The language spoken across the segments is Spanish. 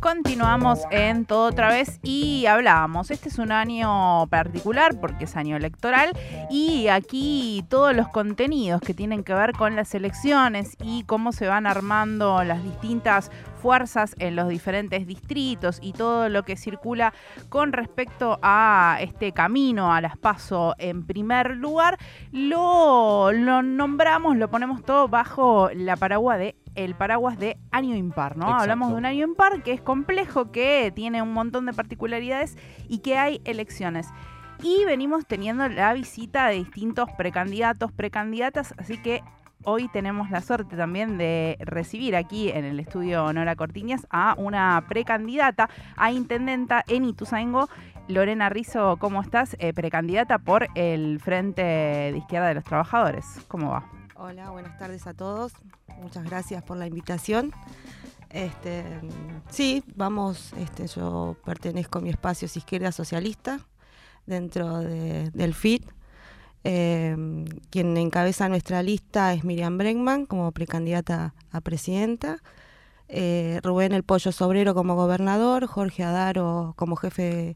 Continuamos en Todo Otra Vez y hablábamos, este es un año particular porque es año electoral y aquí todos los contenidos que tienen que ver con las elecciones y cómo se van armando las distintas fuerzas en los diferentes distritos y todo lo que circula con respecto a este camino a las PASO en primer lugar, lo nombramos, lo ponemos todo bajo el paraguas de año impar, ¿no? Exacto. Hablamos de un año impar que es complejo, que tiene un montón de particularidades y que hay elecciones. Y venimos teniendo la visita de distintos precandidatos, precandidatas, así que hoy tenemos la suerte también de recibir aquí en el estudio Nora Cortiñas a una precandidata a intendenta en Ituzaingó. Lorena Rizzo, ¿cómo estás? Precandidata por el Frente de Izquierda de los Trabajadores. ¿Cómo va? Hola, buenas tardes a todos. Muchas gracias por la invitación. Sí, vamos, yo pertenezco a mi espacio Izquierda Socialista dentro del FIT. Quien encabeza nuestra lista es Miriam Bregman como precandidata a presidenta, Rubén El Pollo Sobrero como gobernador, Jorge Adaro como jefe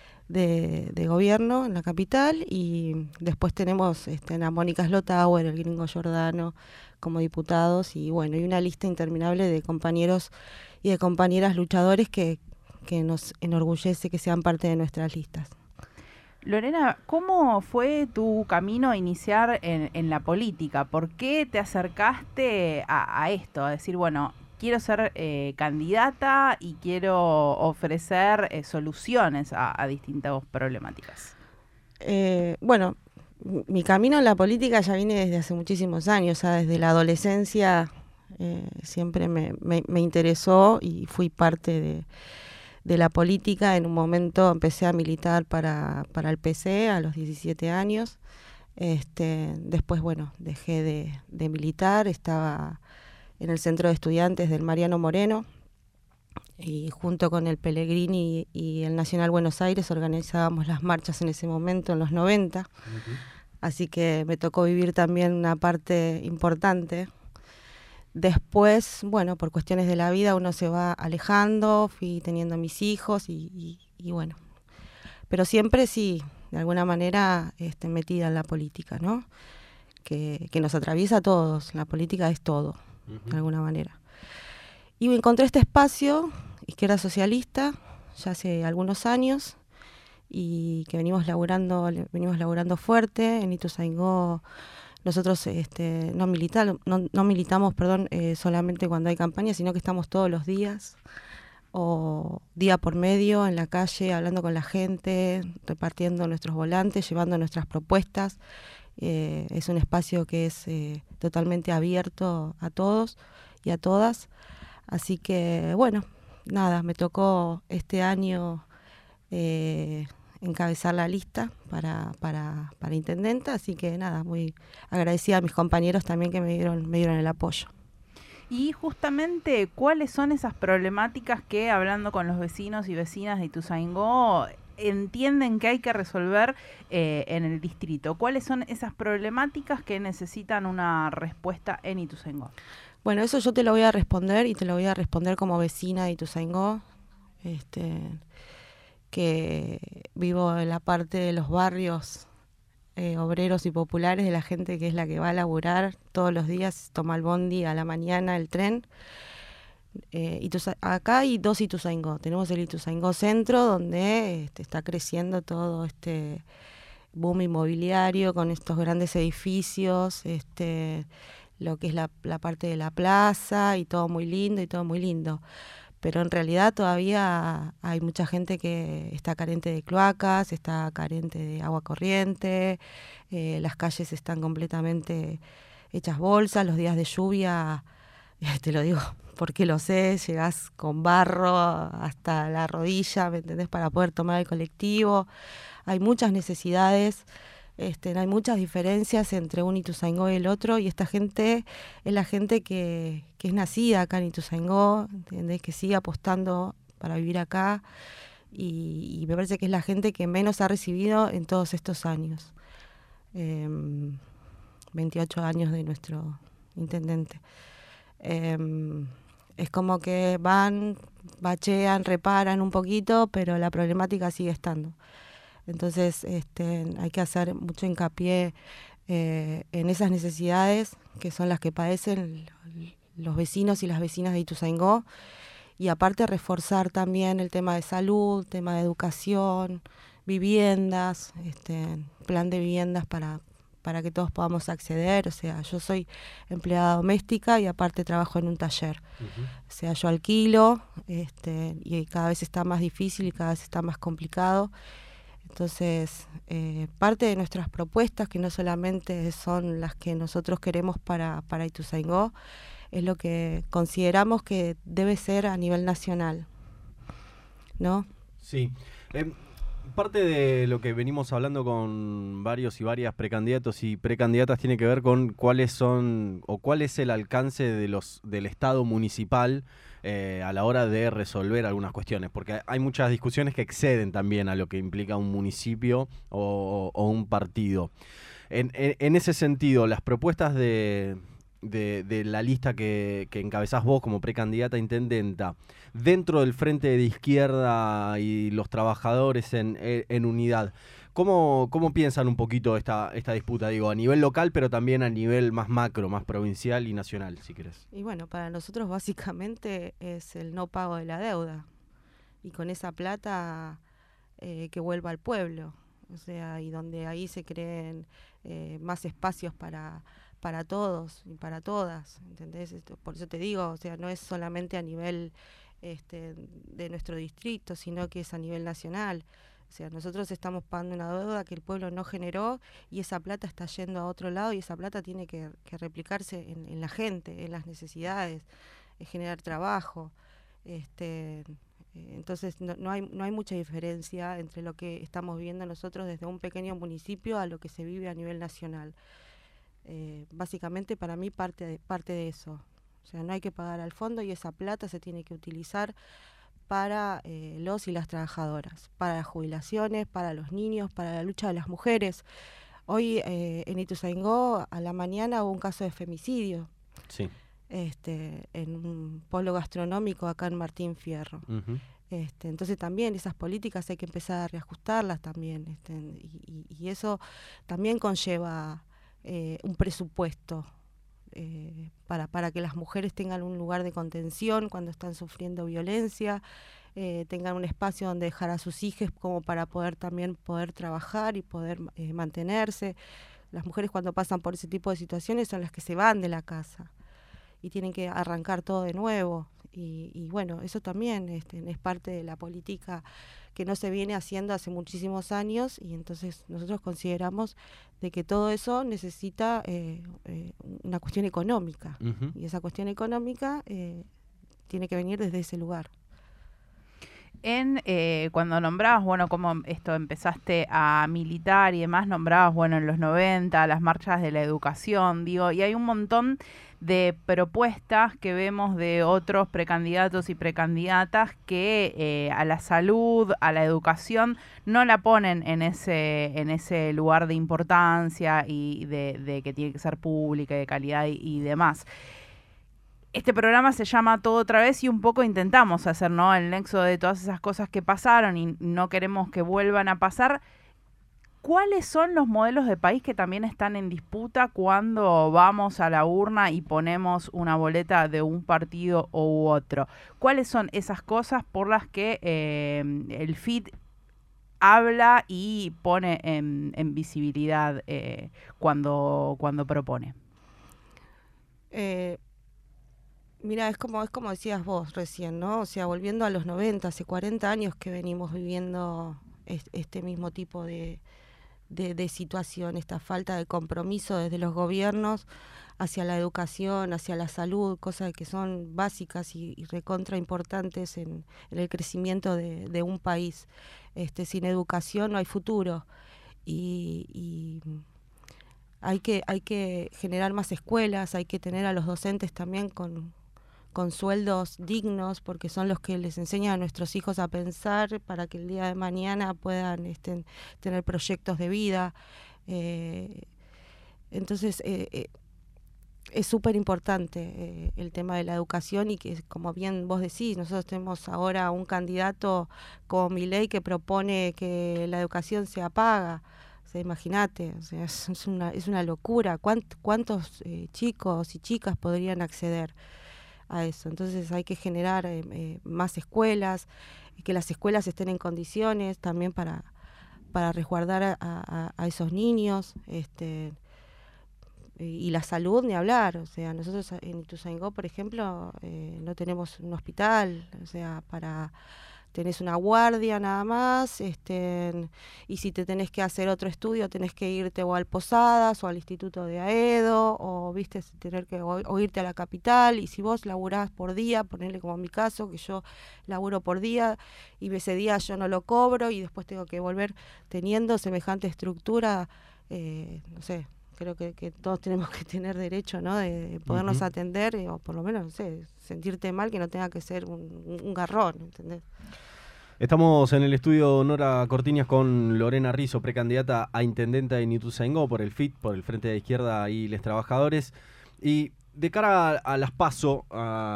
de gobierno en la capital, y después tenemos a Mónica Slotauer, el Gringo Giordano como diputados, y bueno, y una lista interminable de compañeros y de compañeras luchadores que nos enorgullece que sean parte de nuestras listas. Lorena, ¿cómo fue tu camino a iniciar en la política? ¿Por qué te acercaste a esto? A decir, bueno, quiero ser candidata y quiero ofrecer soluciones a distintas problemáticas. Bueno, mi camino en la política ya viene desde hace muchísimos años, ya desde la adolescencia siempre me interesó y fui parte de la política. En un momento empecé a militar para el PC a los 17 años. Después, bueno, dejé de militar, estaba en el centro de estudiantes del Mariano Moreno y junto con el Pellegrini y el Nacional Buenos Aires organizábamos las marchas en ese momento, en los 90. Uh-huh. Así que me tocó vivir también una parte importante. Después, bueno, por cuestiones de la vida uno se va alejando, fui teniendo mis hijos y bueno. Pero siempre sí, de alguna manera metida en la política, ¿no? Que nos atraviesa a todos, la política es todo, uh-huh, de alguna manera. Y encontré este espacio, Izquierda Socialista, ya hace algunos años, y que venimos laburando fuerte. En Ituzaingó nosotros no militamos solamente cuando hay campaña, sino que estamos todos los días o día por medio en la calle, hablando con la gente, repartiendo nuestros volantes, llevando nuestras propuestas. Es un espacio que es totalmente abierto a todos y a todas. Así que, bueno, nada, me tocó este año encabezar la lista para intendenta, así que nada, muy agradecida a mis compañeros también que me dieron el apoyo. Y justamente, ¿cuáles son esas problemáticas que, hablando con los vecinos y vecinas de Ituzaingó, entienden que hay que resolver en el distrito? ¿Cuáles son esas problemáticas que necesitan una respuesta en Ituzaingó? Bueno, eso yo te lo voy a responder y te lo voy a responder como vecina de Ituzaingó, que vivo en la parte de los barrios obreros y populares, de la gente que es la que va a laburar todos los días, toma el bondi a la mañana, el tren. Acá hay dos Ituzaingó. Tenemos el Ituzaingó Centro, donde está creciendo todo este boom inmobiliario con estos grandes edificios, lo que es la parte de la plaza y todo muy lindo. Pero en realidad todavía hay mucha gente que está carente de cloacas, está carente de agua corriente, las calles están completamente hechas bolsas, los días de lluvia, te lo digo porque lo sé, llegás con barro hasta la rodilla, ¿me entendés?, para poder tomar el colectivo. Hay muchas necesidades. Hay muchas diferencias entre un Ituzaingó y el otro, y esta gente es la gente que es nacida acá en Ituzaingó, ¿entendés?, que sigue apostando para vivir acá, y me parece que es la gente que menos ha recibido en todos estos años. 28 años de nuestro intendente. Es como que van, bachean, reparan un poquito, pero la problemática sigue estando. Entonces hay que hacer mucho hincapié en esas necesidades que son las que padecen los vecinos y las vecinas de Ituzaingó, y aparte reforzar también el tema de salud, tema de educación, viviendas, plan de viviendas para que todos podamos acceder. O sea, yo soy empleada doméstica y aparte trabajo en un taller. Uh-huh. O sea, yo alquilo y cada vez está más difícil y cada vez está más complicado. Entonces, parte de nuestras propuestas, que no solamente son las que nosotros queremos para Ituzaingó, es lo que consideramos que debe ser a nivel nacional, ¿no? Sí. Parte de lo que venimos hablando con varios y varias precandidatos y precandidatas tiene que ver con cuáles son o cuál es el alcance del Estado municipal a la hora de resolver algunas cuestiones, porque hay muchas discusiones que exceden también a lo que implica un municipio o un partido. En ese sentido, las propuestas de la lista que encabezás vos como precandidata a intendenta, dentro del Frente de Izquierda y los trabajadores en unidad, ¿cómo piensan un poquito esta disputa? Digo, a nivel local, pero también a nivel más macro, más provincial y nacional, si querés. Y bueno, para nosotros básicamente es el no pago de la deuda. Y con esa plata que vuelva al pueblo. O sea, y donde ahí se creen más espacios para todos y para todas, ¿entendés? Por eso te digo, o sea, no es solamente a nivel de nuestro distrito, sino que es a nivel nacional. O sea, nosotros estamos pagando una deuda que el pueblo no generó y esa plata está yendo a otro lado y esa plata tiene que replicarse en la gente, en las necesidades, en generar trabajo. Entonces no hay mucha diferencia entre lo que estamos viviendo nosotros desde un pequeño municipio a lo que se vive a nivel nacional. Básicamente para mí parte de eso. O sea, no hay que pagar al fondo y esa plata se tiene que utilizar para los y las trabajadoras, para las jubilaciones, para los niños, para la lucha de las mujeres. Hoy en Ituzaingó a la mañana hubo un caso de femicidio. Sí. En un polo gastronómico acá en Martín Fierro. Uh-huh. Entonces también esas políticas hay que empezar a reajustarlas también. Y eso también conlleva un presupuesto para que las mujeres tengan un lugar de contención cuando están sufriendo violencia, tengan un espacio donde dejar a sus hijos como para poder trabajar y poder mantenerse. Las mujeres cuando pasan por ese tipo de situaciones son las que se van de la casa y tienen que arrancar todo de nuevo. Y bueno, eso también es parte de la política que no se viene haciendo hace muchísimos años, y entonces nosotros consideramos de que todo eso necesita una cuestión económica. Uh-huh. Y esa cuestión económica tiene que venir desde ese lugar. Cuando nombrabas, bueno, cómo esto empezaste a militar y demás, nombrabas, bueno, en los 90, las marchas de la educación, digo, y hay un montón de propuestas que vemos de otros precandidatos y precandidatas que a la salud, a la educación, no la ponen en ese lugar de importancia y de que tiene que ser pública, de calidad y demás. Este programa se llama Todo Otra Vez y un poco intentamos hacer, ¿no?, el nexo de todas esas cosas que pasaron y no queremos que vuelvan a pasar. ¿Cuáles son los modelos de país que también están en disputa cuando vamos a la urna y ponemos una boleta de un partido u otro? ¿Cuáles son esas cosas por las que el FIT habla y pone en visibilidad cuando propone? Mira, es como decías vos recién, ¿no? O sea, volviendo a los 90, hace 40 años que venimos viviendo este mismo tipo de situación, esta falta de compromiso desde los gobiernos hacia la educación, hacia la salud, cosas que son básicas y recontra importantes en el crecimiento de un país. Sin educación no hay futuro y hay que generar más escuelas, hay que tener a los docentes también con sueldos dignos, porque son los que les enseñan a nuestros hijos a pensar para que el día de mañana puedan tener proyectos de vida. Entonces, es súper importante el tema de la educación y que, como bien vos decís, nosotros tenemos ahora un candidato como Milei que propone que la educación sea paga. O sea, imagínate, o sea, es una locura. ¿Cuántos chicos y chicas podrían acceder a eso? Entonces hay que generar más escuelas, que las escuelas estén en condiciones también para resguardar a esos niños. Y la salud, ni hablar. O sea, nosotros en Ituzaingó, por ejemplo, no tenemos un hospital, o sea, tenés una guardia nada más, y si te tenés que hacer otro estudio, tenés que irte o al Posadas o al Instituto de Aedo, o viste, tener que o irte a la capital, y si vos laburás por día, ponerle como en mi caso, que yo laburo por día, y ese día yo no lo cobro, y después tengo que volver teniendo semejante estructura, no sé. Creo que todos tenemos que tener derecho, ¿no? De podernos atender, o por lo menos, no sé, sentirte mal, que no tenga que ser un garrón, ¿entendés? Estamos en el estudio Nora Cortiñas con Lorena Rizzo, precandidata a intendenta de Ituzaingó por el FIT, por el Frente de Izquierda y los Trabajadores. Y de cara a las PASO,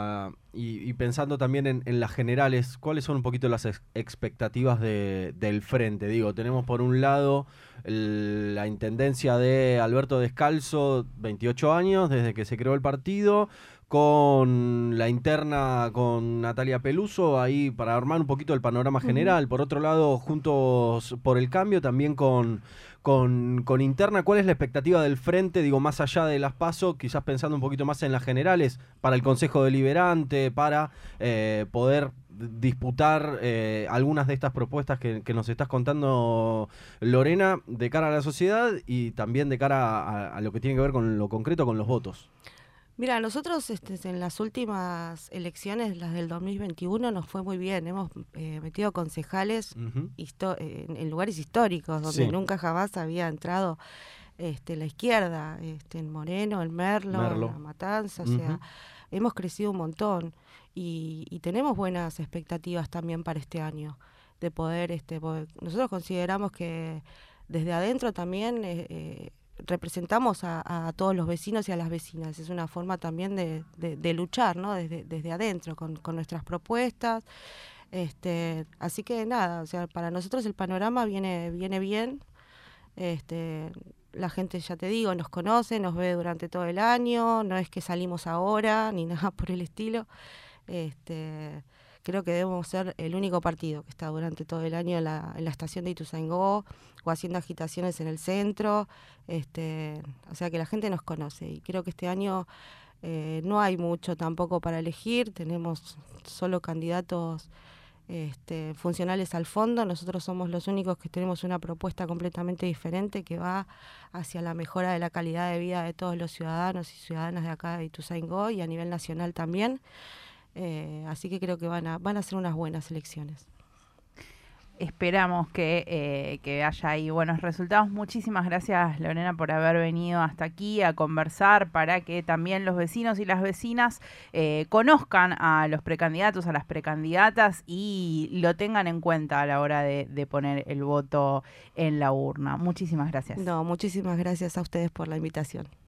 y pensando también en las generales, ¿cuáles son un poquito las expectativas del Frente? Digo, tenemos por un lado la intendencia de Alberto Descalzo, 28 años, desde que se creó el partido, con la interna con Natalia Peluso, ahí para armar un poquito el panorama general. Por otro lado, Juntos por el Cambio, también con interna. ¿Cuál es la expectativa del Frente, digo, más allá de las PASO, quizás pensando un poquito más en las generales, para el Consejo Deliberante, para poder disputar algunas de estas propuestas que nos estás contando, Lorena, de cara a la sociedad y también de cara a lo que tiene que ver con lo concreto, con los votos? Mira, nosotros en las últimas elecciones, las del 2021, nos fue muy bien. Hemos metido concejales en lugares históricos, donde nunca jamás había entrado la izquierda, en Moreno, en Merlo, en La Matanza. O sea, hemos crecido un montón y tenemos buenas expectativas también para este año, de poder, porque nosotros consideramos que desde adentro también representamos a todos los vecinos y a las vecinas. Es una forma también de luchar, ¿no? Desde adentro, con nuestras propuestas. Así que nada, o sea, para nosotros el panorama viene bien. La gente, ya te digo, nos conoce, nos ve durante todo el año, no es que salimos ahora, ni nada por el estilo. Creo que debemos ser el único partido que está durante todo el año en la estación de Ituzaingó o haciendo agitaciones en el centro. O sea que la gente nos conoce y creo que este año no hay mucho tampoco para elegir. Tenemos solo candidatos funcionales al fondo. Nosotros somos los únicos que tenemos una propuesta completamente diferente que va hacia la mejora de la calidad de vida de todos los ciudadanos y ciudadanas de acá de Ituzaingó y a nivel nacional también. Así que creo que van a ser unas buenas elecciones. Esperamos que haya ahí buenos resultados. Muchísimas gracias, Lorena, por haber venido hasta aquí a conversar para que también los vecinos y las vecinas conozcan a los precandidatos, a las precandidatas y lo tengan en cuenta a la hora de poner el voto en la urna. Muchísimas gracias. No, muchísimas gracias a ustedes por la invitación.